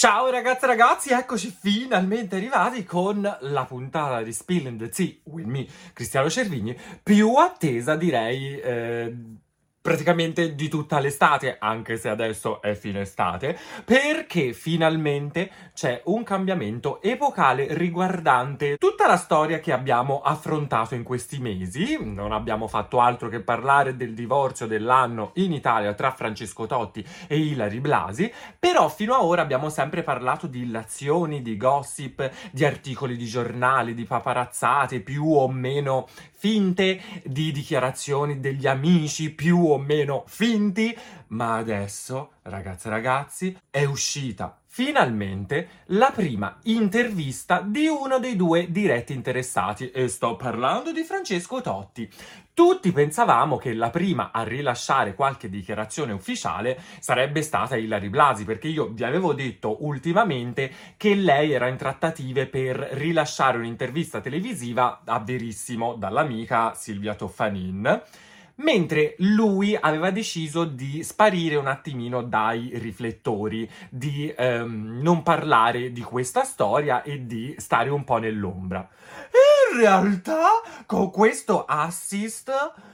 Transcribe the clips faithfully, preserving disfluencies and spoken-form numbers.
Ciao ragazze e ragazzi, eccoci finalmente arrivati con la puntata di Spilling the Tea with me, Cristiano Cervini, più attesa direi eh, praticamente di tutta l'estate, anche se adesso è fine estate, perché finalmente c'è un cambiamento epocale riguardante tutta la storia che abbiamo affrontato in questi mesi. Non abbiamo fatto altro che parlare del divorzio dell'anno in Italia tra Francesco Totti e Ilary Blasi, però fino ad ora abbiamo sempre parlato di illazioni, di gossip, di articoli di giornali, di paparazzate più o meno finte, di dichiarazioni degli amici più o meno finti, ma adesso, ragazze e ragazzi, è uscita finalmente la prima intervista di uno dei due diretti interessati, e sto parlando di Francesco Totti. Tutti pensavamo che la prima a rilasciare qualche dichiarazione ufficiale sarebbe stata Ilary Blasi, perché io vi avevo detto ultimamente che lei era in trattative per rilasciare un'intervista televisiva a Verissimo dall'amica Silvia Toffanin, mentre lui aveva deciso di sparire un attimino dai riflettori, di ehm, non parlare di questa storia e di stare un po' nell'ombra. In realtà, con questo assist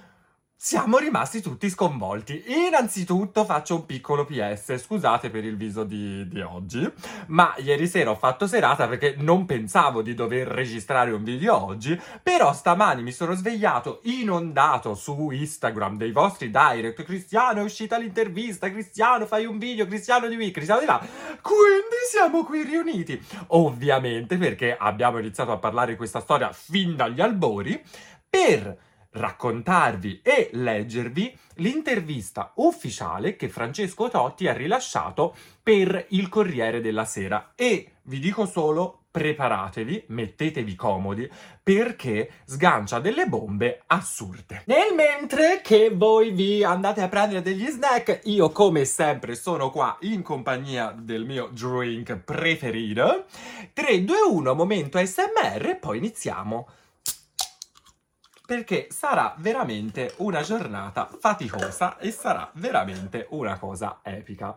siamo rimasti tutti sconvolti. Innanzitutto faccio un piccolo P S, scusate per il viso di, di oggi, ma ieri sera ho fatto serata perché non pensavo di dover registrare un video oggi, però stamani mi sono svegliato inondato su Instagram dei vostri direct: Cristiano, è uscita l'intervista, Cristiano fai un video, Cristiano di qui, Cristiano di là, quindi siamo qui riuniti. Ovviamente perché abbiamo iniziato a parlare di questa storia fin dagli albori, per raccontarvi e leggervi l'intervista ufficiale che Francesco Totti ha rilasciato per il Corriere della Sera. E vi dico solo: preparatevi, mettetevi comodi, perché sgancia delle bombe assurde. Nel mentre che voi vi andate a prendere degli snack, io come sempre sono qua in compagnia del mio drink preferito. tre, due, uno, momento A S M R e poi iniziamo, perché sarà veramente una giornata faticosa e sarà veramente una cosa epica.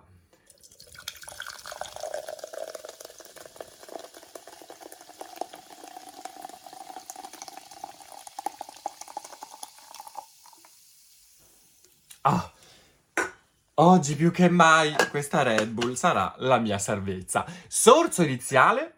Ah, oggi più che mai questa Red Bull sarà la mia salvezza. Sorso iniziale.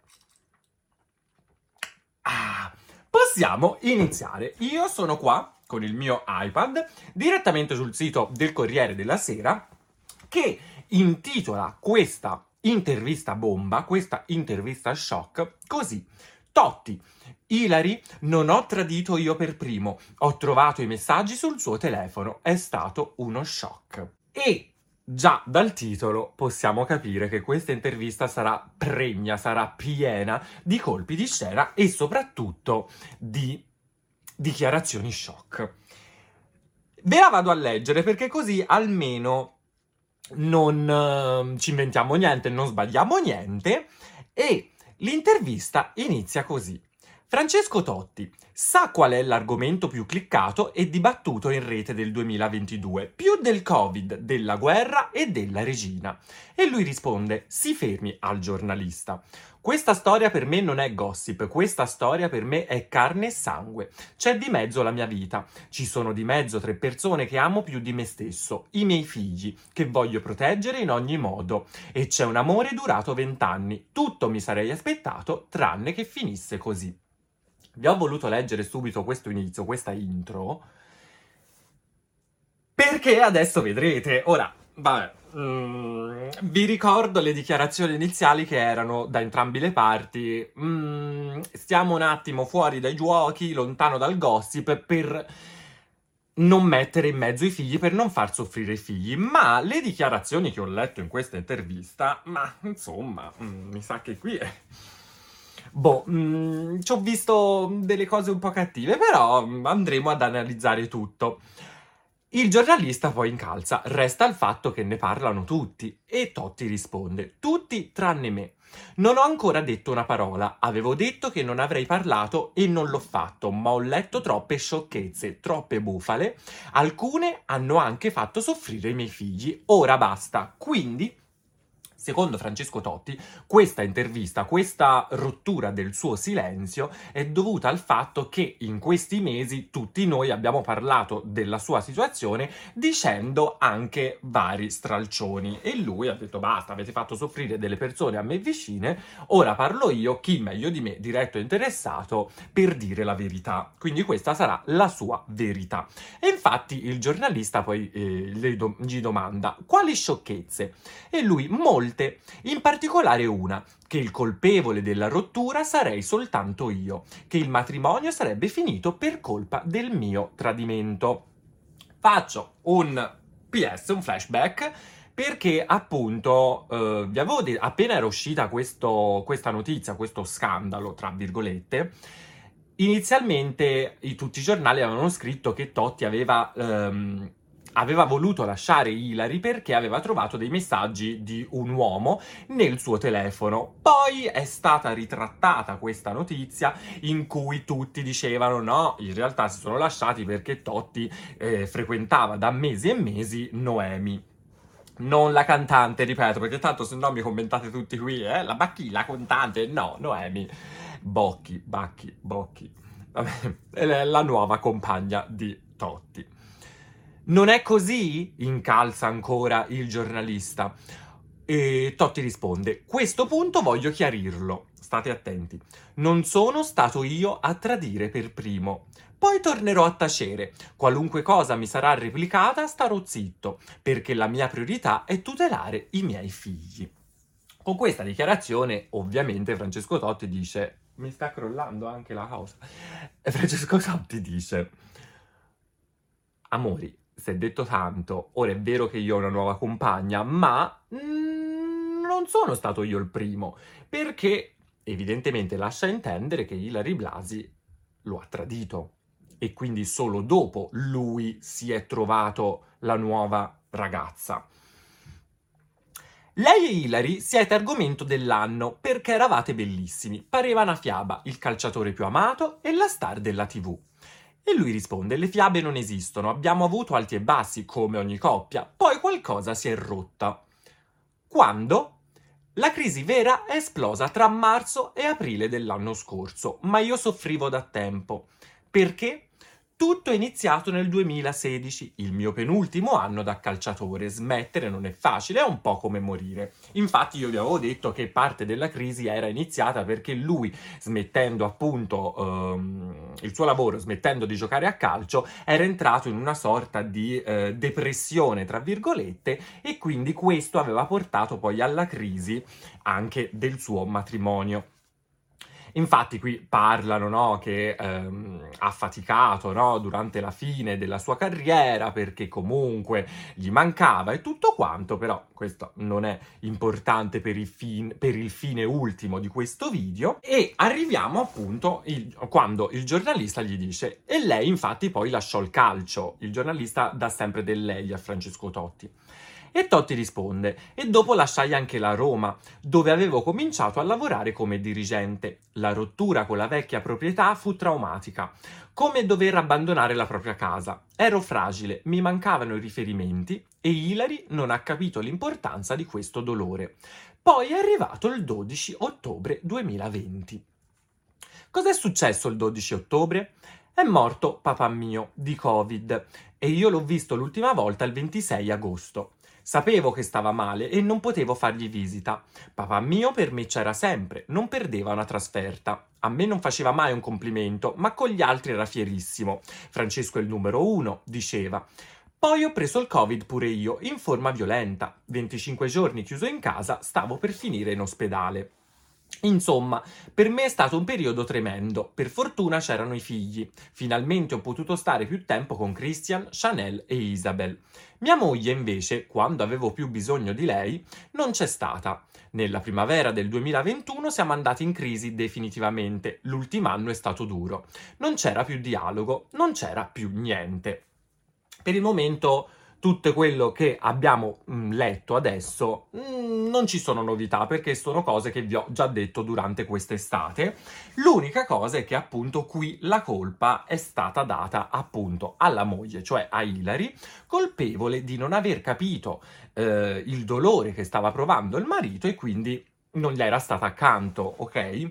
Ah, possiamo iniziare. Io sono qua con il mio iPad direttamente sul sito del Corriere della Sera, che intitola questa intervista bomba, questa intervista shock, così: Totti: Ilary, non ho tradito io per primo, ho trovato i messaggi sul suo telefono, è stato uno shock. E già dal titolo possiamo capire che questa intervista sarà pregna, sarà piena di colpi di scena e soprattutto di dichiarazioni shock. Ve la vado a leggere perché così almeno non uh, ci inventiamo niente, non sbagliamo niente. E l'intervista inizia così: Francesco Totti: sa qual è l'argomento più cliccato e dibattuto in rete del duemilaventidue, più del Covid, della guerra e della regina? E lui risponde: si fermi al giornalista. Questa storia per me non è gossip, questa storia per me è carne e sangue. C'è di mezzo la mia vita, ci sono di mezzo tre persone che amo più di me stesso, i miei figli, che voglio proteggere in ogni modo. E c'è un amore durato vent'anni, tutto mi sarei aspettato tranne che finisse così. Vi ho voluto leggere subito questo inizio, questa intro, perché adesso vedrete. Ora, vabbè, mm, vi ricordo le dichiarazioni iniziali che erano da entrambi le parti. Mm, stiamo un attimo fuori dai giochi, lontano dal gossip, per non mettere in mezzo i figli, per non far soffrire i figli. Ma le dichiarazioni che ho letto in questa intervista, ma insomma, mm, mi sa che qui è... Boh, mm, ci ho visto delle cose un po' cattive, però andremo ad analizzare tutto. Il giornalista poi incalza: resta il fatto che ne parlano tutti. E Totti risponde: tutti tranne me. Non ho ancora detto una parola, avevo detto che non avrei parlato e non l'ho fatto, ma ho letto troppe sciocchezze, troppe bufale, alcune hanno anche fatto soffrire i miei figli, ora basta, quindi Secondo Francesco Totti, questa intervista, questa rottura del suo silenzio è dovuta al fatto che in questi mesi tutti noi abbiamo parlato della sua situazione dicendo anche vari stralcioni e lui ha detto basta, avete fatto soffrire delle persone a me vicine, ora parlo io, chi meglio di me, diretto e interessato, per dire la verità. Quindi questa sarà la sua verità. E infatti il giornalista poi eh, le do- gli domanda quali sciocchezze? E lui molte, in particolare una, che il colpevole della rottura sarei soltanto io, che il matrimonio sarebbe finito per colpa del mio tradimento. Faccio un P S, un flashback, perché appunto eh, vi avevo detto, appena era uscita questo, questa notizia, questo scandalo, tra virgolette, inizialmente i, tutti i giornali avevano scritto che Totti aveva... ehm, aveva voluto lasciare Ilary perché aveva trovato dei messaggi di un uomo nel suo telefono. Poi è stata ritrattata questa notizia in cui tutti dicevano no, in realtà si sono lasciati perché Totti eh, frequentava da mesi e mesi Noemi. Non la cantante, ripeto, perché tanto se no mi commentate tutti qui, eh? La Bacchi, la cantante, no, Noemi. Bocchi, Bacchi, Bocchi. Vabbè, è la nuova compagna di Totti. Non è così? Incalza ancora il giornalista. E Totti risponde: questo punto voglio chiarirlo. State attenti. Non sono stato io a tradire per primo. Poi tornerò a tacere. Qualunque cosa mi sarà replicata, starò zitto, perché la mia priorità è tutelare i miei figli. Con questa dichiarazione, ovviamente, Francesco Totti dice: mi sta crollando anche la cosa. E Francesco Totti dice: amori, si è detto tanto, ora è vero che io ho una nuova compagna, ma mm, non sono stato io il primo, perché evidentemente lascia intendere che Ilary Blasi lo ha tradito e quindi solo dopo lui si è trovato la nuova ragazza. Lei e Ilary siete argomento dell'anno perché eravate bellissimi, pareva una fiaba, il calciatore più amato e la star della tivù. E lui risponde: le fiabe non esistono, abbiamo avuto alti e bassi, come ogni coppia, poi qualcosa si è rotta. Quando? La crisi vera è esplosa tra marzo e aprile dell'anno scorso, ma io soffrivo da tempo. Perché? Tutto è iniziato nel duemilasedici, il mio penultimo anno da calciatore. Smettere non è facile, è un po' come morire. Infatti io vi avevo detto che parte della crisi era iniziata perché lui, smettendo appunto ehm, il suo lavoro, smettendo di giocare a calcio, era entrato in una sorta di eh, depressione, tra virgolette, e quindi questo aveva portato poi alla crisi anche del suo matrimonio. Infatti qui parlano, no, che ehm, ha faticato, no, durante la fine della sua carriera perché comunque gli mancava e tutto quanto, però questo non è importante per il, fin- per il fine ultimo di questo video. E arriviamo appunto il- quando il giornalista gli dice e lei infatti poi lasciò il calcio. Il giornalista dà sempre del lei a Francesco Totti. E Totti risponde: e dopo lasciai anche la Roma, dove avevo cominciato a lavorare come dirigente. La rottura con la vecchia proprietà fu traumatica, come dover abbandonare la propria casa. Ero fragile, mi mancavano i riferimenti e Ilary non ha capito l'importanza di questo dolore. Poi è arrivato il dodici ottobre duemilaventi. Cos'è successo il dodici ottobre? È morto papà mio di Covid e io l'ho visto l'ultima volta il ventisei agosto. Sapevo che stava male e non potevo fargli visita. Papà mio per me c'era sempre, non perdeva una trasferta. A me non faceva mai un complimento, ma con gli altri era fierissimo. Francesco è il numero uno, diceva. Poi ho preso il Covid pure io, in forma violenta. venticinque giorni chiuso in casa, stavo per finire in ospedale. Insomma, per me è stato un periodo tremendo. Per fortuna c'erano i figli. Finalmente ho potuto stare più tempo con Christian, Chanel e Isabel. Mia moglie, invece, quando avevo più bisogno di lei, non c'è stata. Nella primavera del duemilaventuno siamo andati in crisi definitivamente. L'ultimo anno è stato duro. Non c'era più dialogo, non c'era più niente. Per il momento tutto quello che abbiamo mh, letto adesso mh, non ci sono novità, perché sono cose che vi ho già detto durante quest'estate. L'unica cosa è che appunto qui la colpa è stata data appunto alla moglie, cioè a Hilary, colpevole di non aver capito eh, il dolore che stava provando il marito e quindi non gli era stata accanto, ok?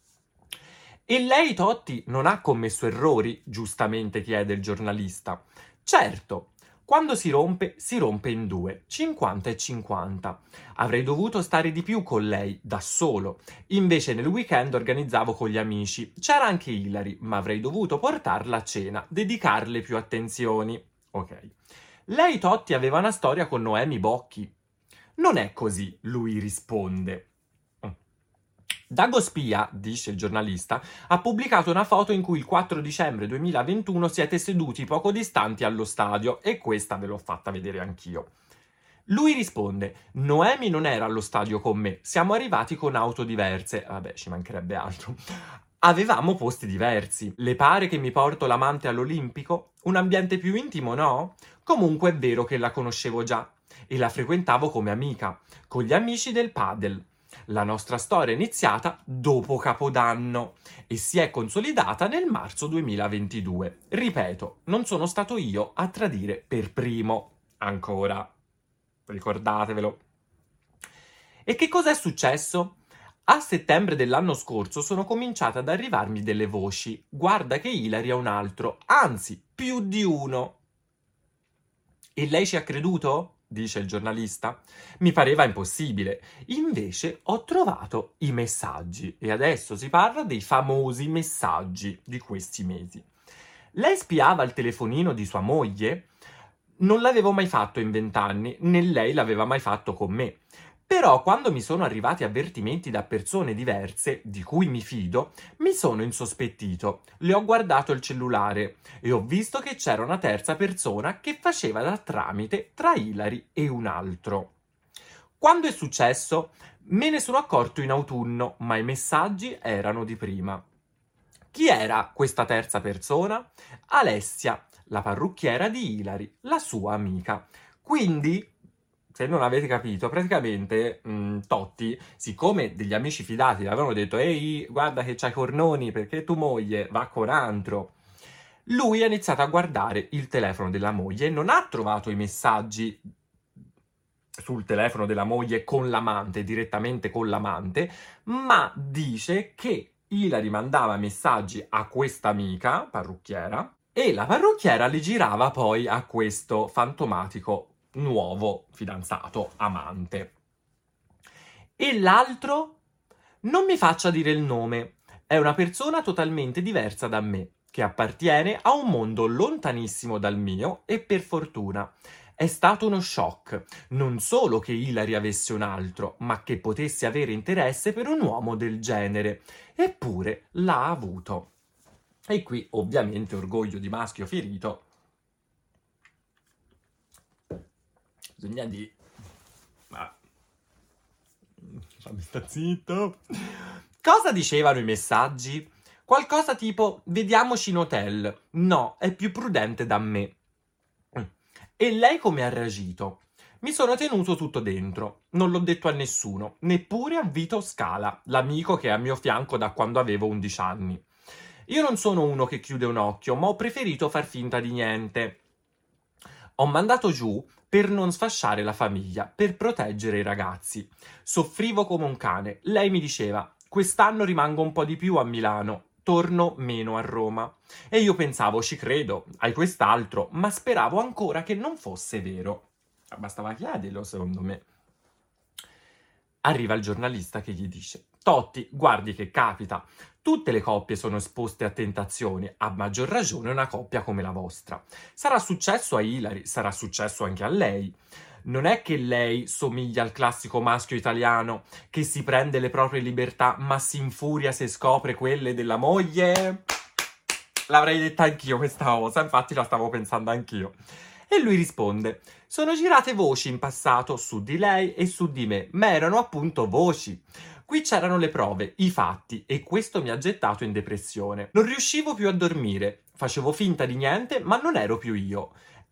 E lei, Totti, non ha commesso errori? Giustamente chiede il giornalista. Certo, quando si rompe, si rompe in due, cinquanta e cinquanta. Avrei dovuto stare di più con lei, da solo. Invece nel weekend organizzavo con gli amici. C'era anche Hilary, ma avrei dovuto portarla a cena, dedicarle più attenzioni. Ok. Lei, Totti, aveva una storia con Noemi Bocchi. Non è così, lui risponde. Dago Spia, dice il giornalista, ha pubblicato una foto in cui il quattro dicembre duemilaventuno siete seduti poco distanti allo stadio e questa ve l'ho fatta vedere anch'io. Lui risponde, Noemi non era allo stadio con me, siamo arrivati con auto diverse. Vabbè, ci mancherebbe altro. Avevamo posti diversi. Le pare che mi porto l'amante all'Olimpico? Un ambiente più intimo, no? Comunque è vero che la conoscevo già e la frequentavo come amica, con gli amici del padel. La nostra storia è iniziata dopo Capodanno e si è consolidata nel marzo duemilaventidue. Ripeto, non sono stato io a tradire per primo. Ancora. Ricordatevelo. E che cos'è successo? A settembre dell'anno scorso sono cominciate ad arrivarmi delle voci. Guarda che Hilary ha un altro, anzi, più di uno. E lei ci ha creduto? Dice il giornalista. Mi pareva impossibile. Invece ho trovato i messaggi e adesso si parla dei famosi messaggi di questi mesi. Lei spiava il telefonino di sua moglie? Non l'avevo mai fatto in vent'anni, né lei l'aveva mai fatto con me. Però quando mi sono arrivati avvertimenti da persone diverse, di cui mi fido, mi sono insospettito. Le ho guardato il cellulare e ho visto che c'era una terza persona che faceva da tramite tra Hilary e un altro. Quando è successo? Me ne sono accorto in autunno, ma i messaggi erano di prima. Chi era questa terza persona? Alessia, la parrucchiera di Hilary, la sua amica. Quindi, se non avete capito, praticamente mh, Totti, siccome degli amici fidati le avevano detto ehi, guarda che c'hai cornoni perché tua moglie va con altro, lui ha iniziato a guardare il telefono della moglie e non ha trovato i messaggi sul telefono della moglie con l'amante, direttamente con l'amante, ma dice che Hilary mandava messaggi a questa amica parrucchiera e la parrucchiera li girava poi a questo fantomatico nuovo fidanzato, amante. E l'altro? Non mi faccia dire il nome. È una persona totalmente diversa da me, che appartiene a un mondo lontanissimo dal mio e per fortuna. È stato uno shock, non solo che Hilary avesse un altro, ma che potesse avere interesse per un uomo del genere. Eppure l'ha avuto. E qui, ovviamente, orgoglio di maschio ferito. Bisogna dire... Ma... fammi sta zitto. Cosa dicevano i messaggi? Qualcosa tipo, vediamoci in hotel. No, è più prudente da me. E lei come ha reagito? Mi sono tenuto tutto dentro, non l'ho detto a nessuno, neppure a Vito Scala, l'amico che è a mio fianco da quando avevo undici anni. Io non sono uno che chiude un occhio, ma ho preferito far finta di niente. Ho mandato giù per non sfasciare la famiglia, per proteggere i ragazzi. Soffrivo come un cane. Lei mi diceva, quest'anno rimango un po' di più a Milano, torno meno a Roma. E io pensavo, ci credo, hai quest'altro, ma speravo ancora che non fosse vero. Bastava chiederlo, secondo me. Arriva il giornalista che gli dice, Totti, guardi che capita. Tutte le coppie sono esposte a tentazioni, a maggior ragione una coppia come la vostra. Sarà successo a Hilary, sarà successo anche a lei. Non è che lei somiglia al classico maschio italiano che si prende le proprie libertà ma si infuria se scopre quelle della moglie? L'avrei detta anch'io questa cosa, infatti la stavo pensando anch'io. E lui risponde, sono girate voci in passato su di lei e su di me, ma erano appunto voci. Qui c'erano le prove, i fatti, e questo mi ha gettato in depressione. Non riuscivo più a dormire, facevo finta di niente, ma non ero più io.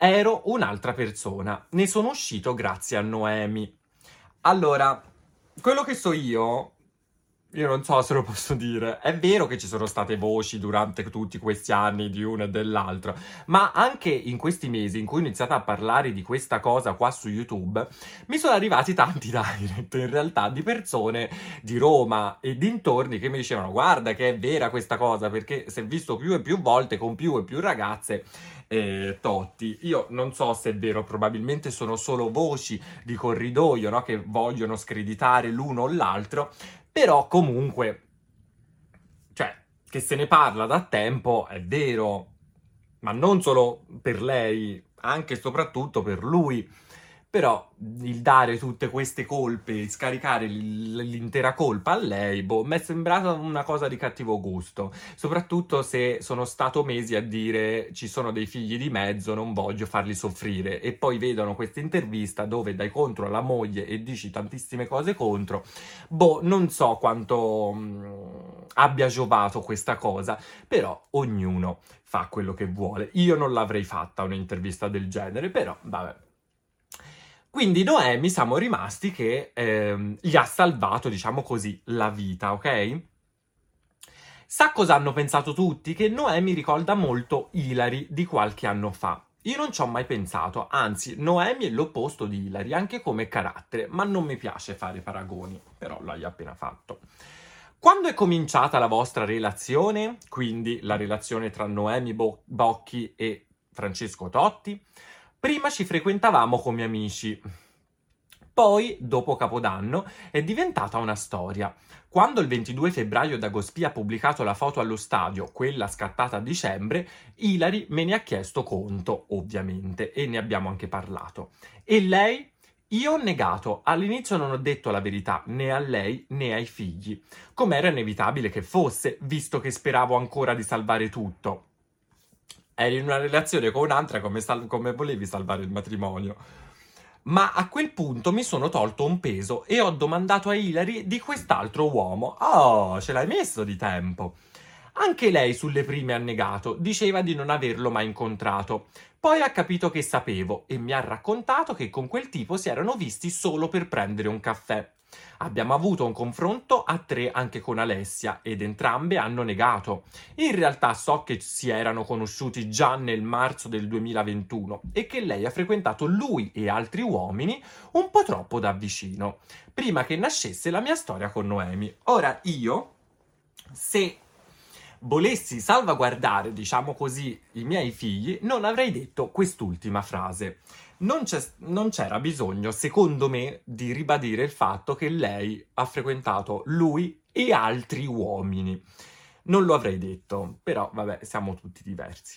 ero un'altra persona. Ne sono uscito grazie a Noemi. Allora, quello che so io, io non so se lo posso dire, è vero che ci sono state voci durante tutti questi anni di uno e dell'altro, ma anche in questi mesi in cui ho iniziato a parlare di questa cosa qua su YouTube, mi sono arrivati tanti direct, in realtà, di persone di Roma e dintorni che mi dicevano guarda che è vera questa cosa, perché si è visto più e più volte con più e più ragazze eh, Totti. Io non so se è vero, probabilmente sono solo voci di corridoio, no? Che vogliono screditare l'uno o l'altro, però comunque, cioè, che se ne parla da tempo è vero, ma non solo per lei, anche e soprattutto per lui. Però il dare tutte queste colpe, scaricare l- l'intera colpa a lei, boh, mi è sembrata una cosa di cattivo gusto. Soprattutto se sono stato mesi a dire ci sono dei figli di mezzo, non voglio farli soffrire. E poi vedono questa intervista dove dai contro alla moglie e dici tantissime cose contro. Boh, non so quanto mh, abbia giovato questa cosa, però ognuno fa quello che vuole. Io non l'avrei fatta un'intervista del genere, però vabbè. Quindi Noemi siamo rimasti che ehm, gli ha salvato, diciamo così, la vita, ok? Sa cosa hanno pensato tutti? Che Noemi ricorda molto Ilari di qualche anno fa. Io non ci ho mai pensato, anzi, Noemi è l'opposto di Ilari, anche come carattere, ma non mi piace fare paragoni, però l'hai appena fatto. Quando è cominciata la vostra relazione, quindi la relazione tra Noemi Bo- Bocchi e Francesco Totti? Prima ci frequentavamo come amici, poi, dopo Capodanno, è diventata una storia. Quando il ventidue febbraio Dagospia ha pubblicato la foto allo stadio, quella scattata a dicembre, Ilari me ne ha chiesto conto, ovviamente, e ne abbiamo anche parlato. E lei? Io ho negato, all'inizio non ho detto la verità né a lei né ai figli, come era inevitabile che fosse, visto che speravo ancora di salvare tutto. Eri in una relazione con un'altra, come, sal- come volevi salvare il matrimonio? Ma a quel punto mi sono tolto un peso e ho domandato a Hilary di quest'altro uomo. Oh, ce l'hai messo di tempo. Anche lei sulle prime ha negato, diceva di non averlo mai incontrato. Poi ha capito che sapevo e mi ha raccontato che con quel tipo si erano visti solo per prendere un caffè. Abbiamo avuto un confronto a tre anche con Alessia ed entrambe hanno negato. In realtà so che si erano conosciuti già nel marzo del duemilaventuno e che lei ha frequentato lui e altri uomini un po' troppo da vicino, prima che nascesse la mia storia con Noemi. Ora io, se volessi salvaguardare, diciamo così, i miei figli, non avrei detto quest'ultima frase. Non, c'è, non c'era bisogno, secondo me, di ribadire il fatto che lei ha frequentato lui e altri uomini. Non lo avrei detto, però vabbè, siamo tutti diversi.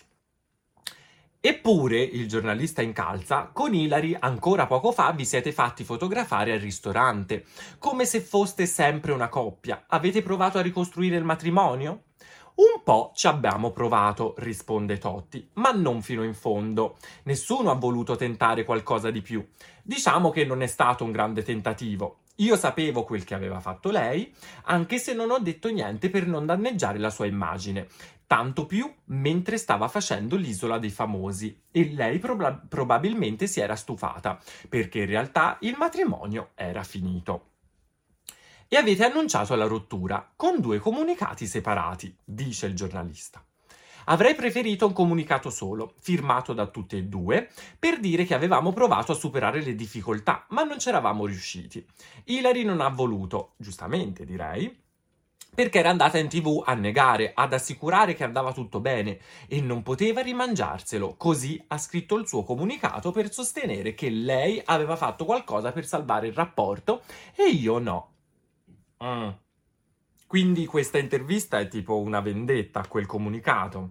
Eppure, il giornalista incalza, con Hilary ancora poco fa vi siete fatti fotografare al ristorante, come se foste sempre una coppia. Avete provato a ricostruire il matrimonio? Un po' ci abbiamo provato, risponde Totti, ma non fino in fondo. Nessuno ha voluto tentare qualcosa di più. Diciamo che non è stato un grande tentativo. Io sapevo quel che aveva fatto lei, anche se non ho detto niente per non danneggiare la sua immagine. Tanto più mentre stava facendo l'Isola dei Famosi e lei proba- probabilmente si era stufata, perché in realtà il matrimonio era finito. E avete annunciato la rottura con due comunicati separati, dice il giornalista. Avrei preferito un comunicato solo, firmato da tutti e due, per dire che avevamo provato a superare le difficoltà, ma non c'eravamo riusciti. Hilary non ha voluto, giustamente direi, perché era andata in tv a negare, ad assicurare che andava tutto bene e non poteva rimangiarselo. Così ha scritto il suo comunicato per sostenere che lei aveva fatto qualcosa per salvare il rapporto e io no. Mm. Quindi questa intervista è tipo una vendetta a quel comunicato.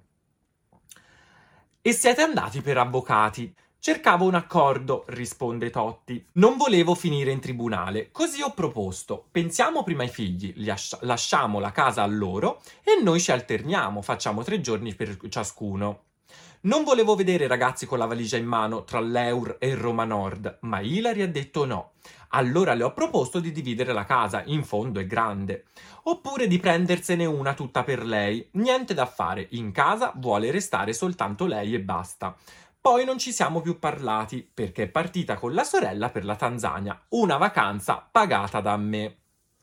E siete andati per avvocati. Cercavo un accordo, risponde Totti. Non volevo finire in tribunale, così ho proposto. Pensiamo prima ai figli, li ascia- lasciamo la casa a loro e noi ci alterniamo, facciamo tre giorni per ciascuno. Non volevo vedere ragazzi con la valigia in mano tra l'Eur e il Roma Nord, ma Hilary ha detto no. Allora le ho proposto di dividere la casa, in fondo è grande. Oppure di prendersene una tutta per lei. Niente da fare, in casa vuole restare soltanto lei e basta. Poi non ci siamo più parlati perché è partita con la sorella per la Tanzania, una vacanza pagata da me.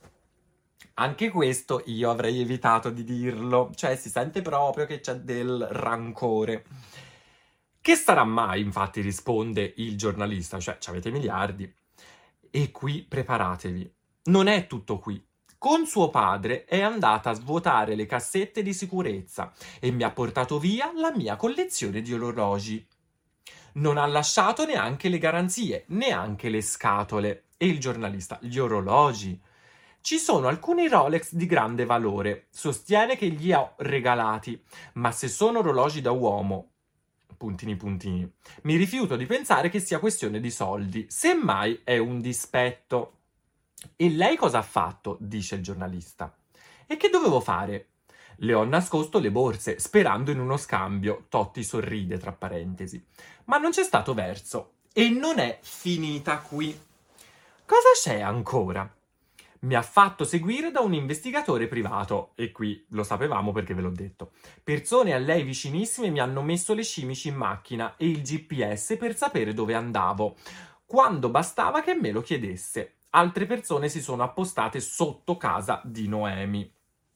Anche questo io avrei evitato di dirlo, cioè si sente proprio che c'è del rancore. Che sarà mai, infatti, risponde il giornalista, cioè ci avete miliardi. E qui preparatevi, non è tutto qui. Con suo padre è andata a svuotare le cassette di sicurezza e mi ha portato via la mia collezione di orologi. Non ha lasciato neanche le garanzie, neanche le scatole. E il giornalista, gli orologi? Ci sono alcuni Rolex di grande valore, sostiene che gli ho regalati, ma se sono orologi da uomo, puntini puntini, mi rifiuto di pensare che sia questione di soldi, semmai è un dispetto. E lei cosa ha fatto? Dice il giornalista. E che dovevo fare? Le ho nascosto le borse, sperando in uno scambio. Totti sorride, tra parentesi. Ma non c'è stato verso. E non è finita qui. Cosa c'è ancora? Mi ha fatto seguire da un investigatore privato. E qui lo sapevamo perché ve l'ho detto. Persone a lei vicinissime mi hanno messo le cimici in macchina e il G P S per sapere dove andavo, quando bastava che me lo chiedesse. Altre persone si sono appostate sotto casa di Noemi.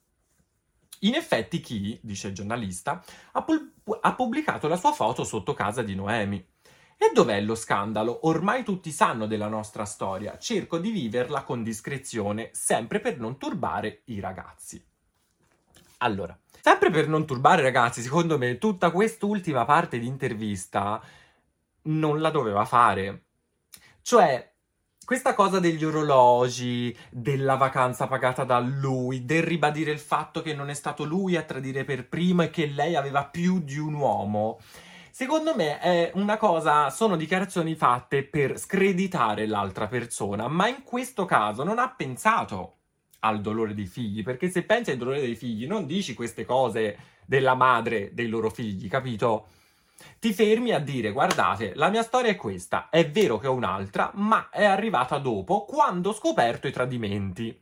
In effetti chi, dice il giornalista, ha, pu- ha pubblicato la sua foto sotto casa di Noemi. E dov'è lo scandalo? Ormai tutti sanno della nostra storia. Cerco di viverla con discrezione, sempre per non turbare i ragazzi. Allora, sempre per non turbare i ragazzi, secondo me tutta quest'ultima parte di intervista non la doveva fare. Cioè, questa cosa degli orologi, della vacanza pagata da lui, del ribadire il fatto che non è stato lui a tradire per primo e che lei aveva più di un uomo, secondo me è una cosa, sono dichiarazioni fatte per screditare l'altra persona, ma in questo caso non ha pensato al dolore dei figli, perché se pensi al dolore dei figli non dici queste cose della madre dei loro figli, capito? Ti fermi a dire, guardate, la mia storia è questa, è vero che ho un'altra, ma è arrivata dopo, quando ho scoperto i tradimenti.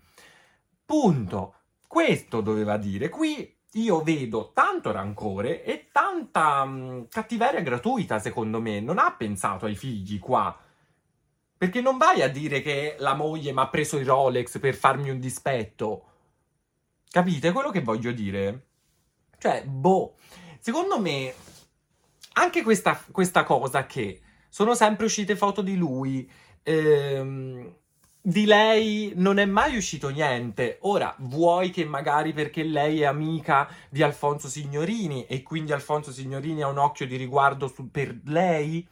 Punto. Questo doveva dire. Qui io vedo tanto rancore e tanta mh, cattiveria gratuita, secondo me. Non ha pensato ai figli qua. Perché non vai a dire che la moglie mi ha preso i Rolex per farmi un dispetto. Capite quello che voglio dire? Cioè, boh, secondo me anche questa, questa cosa che sono sempre uscite foto di lui, ehm, di lei non è mai uscito niente. Ora, vuoi che magari perché lei è amica di Alfonso Signorini e quindi Alfonso Signorini ha un occhio di riguardo su, per lei?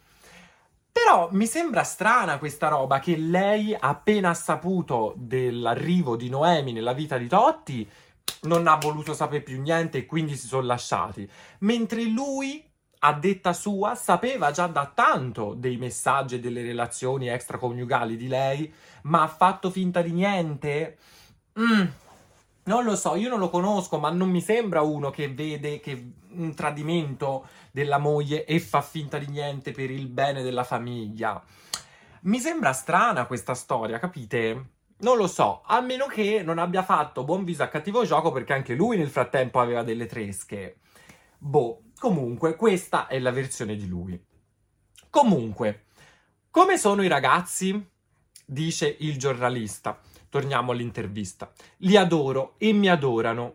Però mi sembra strana questa roba che lei, appena saputo dell'arrivo di Noemi nella vita di Totti, non ha voluto sapere più niente e quindi si sono lasciati. Mentre lui, a detta sua, sapeva già da tanto dei messaggi e delle relazioni extraconiugali di lei, ma ha fatto finta di niente? Mm, non lo so, io non lo conosco, ma non mi sembra uno che vede che un tradimento della moglie e fa finta di niente per il bene della famiglia. Mi sembra strana questa storia, capite? Non lo so, a meno che non abbia fatto buon viso a cattivo gioco perché anche lui nel frattempo aveva delle tresche. Boh, comunque, questa è la versione di lui. Comunque, come sono i ragazzi? Dice il giornalista. Torniamo all'intervista. Li adoro e mi adorano.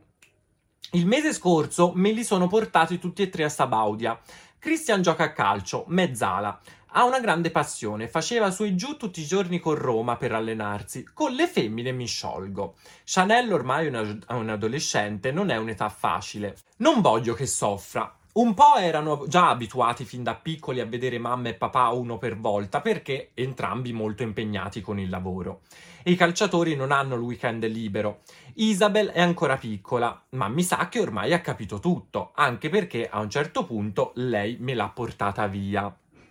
Il mese scorso me li sono portati tutti e tre a Sabaudia. Christian gioca a calcio, mezzala. Ha una grande passione, faceva su e giù tutti i giorni con Roma per allenarsi. Con le femmine mi sciolgo. Chanel ormai è una- un adolescente, non è un'età facile. Non voglio che soffra. Un po' erano già abituati fin da piccoli a vedere mamma e papà uno per volta perché entrambi molto impegnati con il lavoro. E i calciatori non hanno il weekend libero. Isabel è ancora piccola, ma mi sa che ormai ha capito tutto, anche perché a un certo punto lei me l'ha portata via.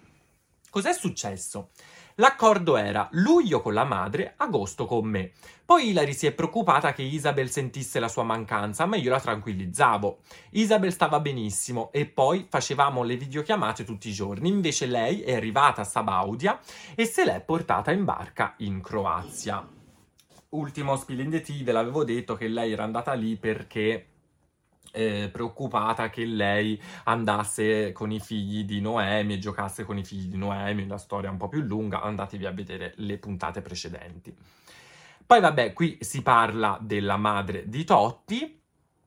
Cos'è successo? L'accordo era luglio con la madre, agosto con me. Poi Hilary si è preoccupata che Isabel sentisse la sua mancanza, ma io la tranquillizzavo. Isabel stava benissimo e poi facevamo le videochiamate tutti i giorni. Invece lei è arrivata a Sabaudia e se l'è portata in barca in Croazia. Ultimo spill in the tea, ve l'avevo detto che lei era andata lì perché eh, preoccupata che lei andasse con i figli di Noemi e giocasse con i figli di Noemi, la storia è un po' più lunga, andatevi a vedere le puntate precedenti. Poi vabbè, qui si parla della madre di Totti,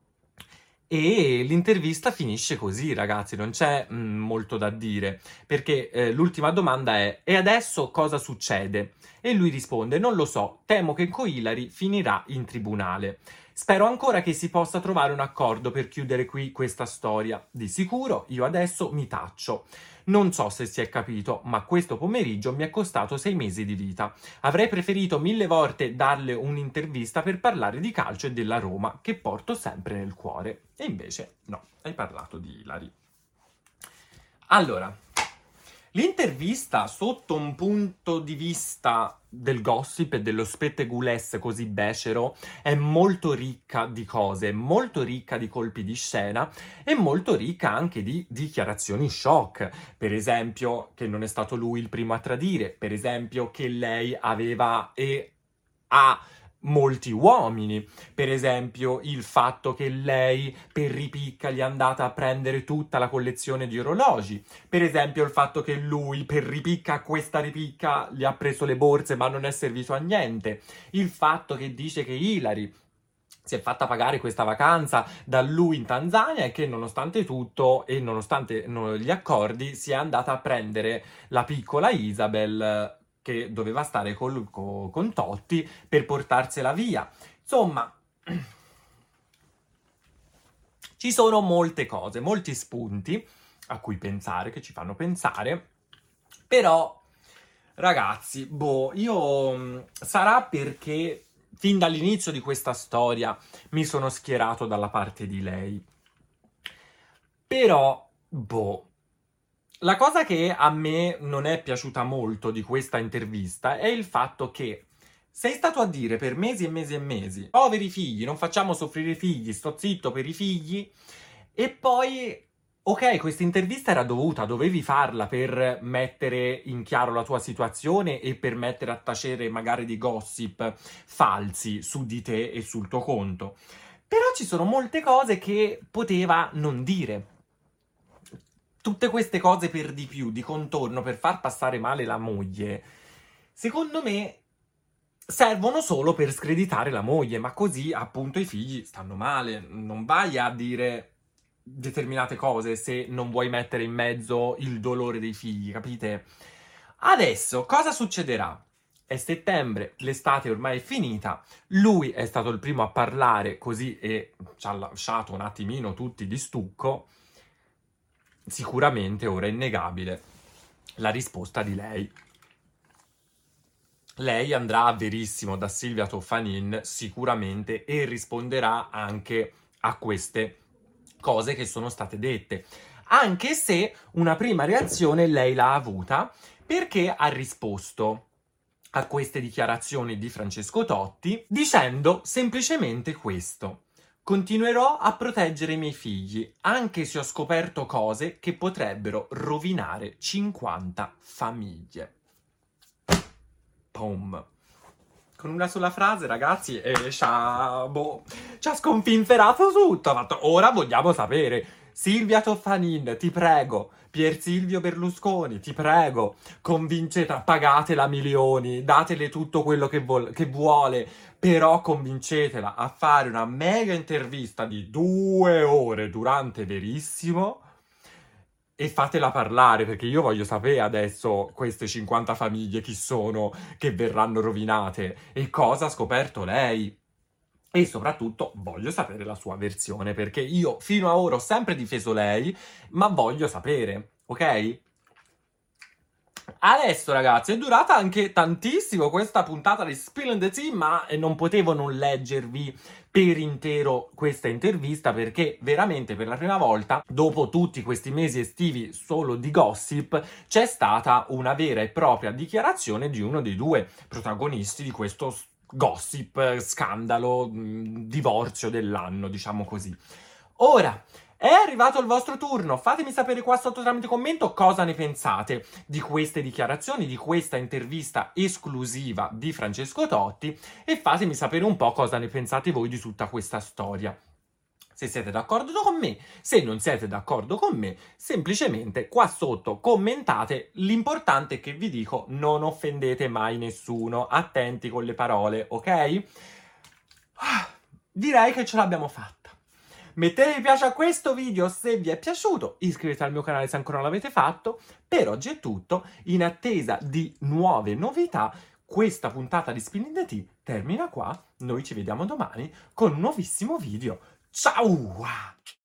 e l'intervista finisce così, ragazzi, non c'è mh, molto da dire, perché eh, l'ultima domanda è: e adesso cosa succede? E lui risponde: non lo so, temo che con Ilari finirà in tribunale. Spero ancora che si possa trovare un accordo per chiudere qui questa storia. Di sicuro io adesso mi taccio. Non so se si è capito, ma questo pomeriggio mi è costato sei mesi di vita. Avrei preferito mille volte darle un'intervista per parlare di calcio e della Roma, che porto sempre nel cuore. E invece no, hai parlato di Ilari. Allora, l'intervista sotto un punto di vista del gossip e dello spettegulesse così becero è molto ricca di cose, molto ricca di colpi di scena e molto ricca anche di dichiarazioni shock. Per esempio che non è stato lui il primo a tradire, per esempio che lei aveva e ha molti uomini, per esempio il fatto che lei per ripicca gli è andata a prendere tutta la collezione di orologi, per esempio il fatto che lui per ripicca a questa ripicca gli ha preso le borse ma non è servito a niente, il fatto che dice che Ilari si è fatta pagare questa vacanza da lui in Tanzania e che nonostante tutto e nonostante gli accordi si è andata a prendere la piccola Isabel che doveva stare col, co, con Totti per portarsela via. Insomma, ci sono molte cose, molti spunti a cui pensare, che ci fanno pensare, però, ragazzi, boh, io sarà perché fin dall'inizio di questa storia mi sono schierato dalla parte di lei. Però, boh, la cosa che a me non è piaciuta molto di questa intervista è il fatto che sei stato a dire per mesi e mesi e mesi: poveri figli, non facciamo soffrire i figli, sto zitto per i figli, e poi, ok, questa intervista era dovuta, dovevi farla per mettere in chiaro la tua situazione e per mettere a tacere magari di gossip falsi su di te e sul tuo conto. Però ci sono molte cose che poteva non dire. Tutte queste cose per di più, di contorno, per far passare male la moglie, secondo me servono solo per screditare la moglie, ma così appunto i figli stanno male. Non vai a dire determinate cose se non vuoi mettere in mezzo il dolore dei figli, capite? Adesso cosa succederà? È settembre, l'estate ormai è finita, lui è stato il primo a parlare così e ci ha lasciato un attimino tutti di stucco. Sicuramente ora è innegabile la risposta di lei. Lei andrà verissimo da Silvia Toffanin sicuramente e risponderà anche a queste cose che sono state dette. Anche se una prima reazione lei l'ha avuta perché ha risposto a queste dichiarazioni di Francesco Totti dicendo semplicemente questo: continuerò a proteggere i miei figli, anche se ho scoperto cose che potrebbero rovinare cinquanta famiglie. Boom. Con una sola frase, ragazzi, e ci ha, boh, ci ha sconfinferato tutto. Ha fatto: ora vogliamo sapere. Silvia Toffanin, ti prego. Pier Silvio Berlusconi, ti prego. Convincetela, pagatela milioni, datele tutto quello che, vol- che vuole. Però convincetela a fare una mega intervista di due ore durante Verissimo e fatela parlare, perché io voglio sapere adesso queste cinquanta famiglie chi sono che verranno rovinate e cosa ha scoperto lei. E soprattutto voglio sapere la sua versione, perché io fino a ora ho sempre difeso lei, ma voglio sapere, ok? Adesso, ragazzi, è durata anche tantissimo questa puntata di Spilling the Tea, ma non potevo non leggervi per intero questa intervista, perché veramente per la prima volta, dopo tutti questi mesi estivi solo di gossip, c'è stata una vera e propria dichiarazione di uno dei due protagonisti di questo gossip, scandalo, mh, divorzio dell'anno, diciamo così. Ora, è arrivato il vostro turno, fatemi sapere qua sotto tramite commento cosa ne pensate di queste dichiarazioni, di questa intervista esclusiva di Francesco Totti, e fatemi sapere un po' cosa ne pensate voi di tutta questa storia. se siete d'accordo con me. Se non siete d'accordo con me, semplicemente qua sotto commentate. L'importante è che vi dico, non offendete mai nessuno, attenti con le parole, ok? Direi che ce l'abbiamo fatta. Mettete mi piace a questo video se vi è piaciuto, iscrivetevi al mio canale se ancora non l'avete fatto. Per oggi è tutto, in attesa di nuove novità, questa puntata di Spilling the Tea termina qua, noi ci vediamo domani con un nuovissimo video. Ciao!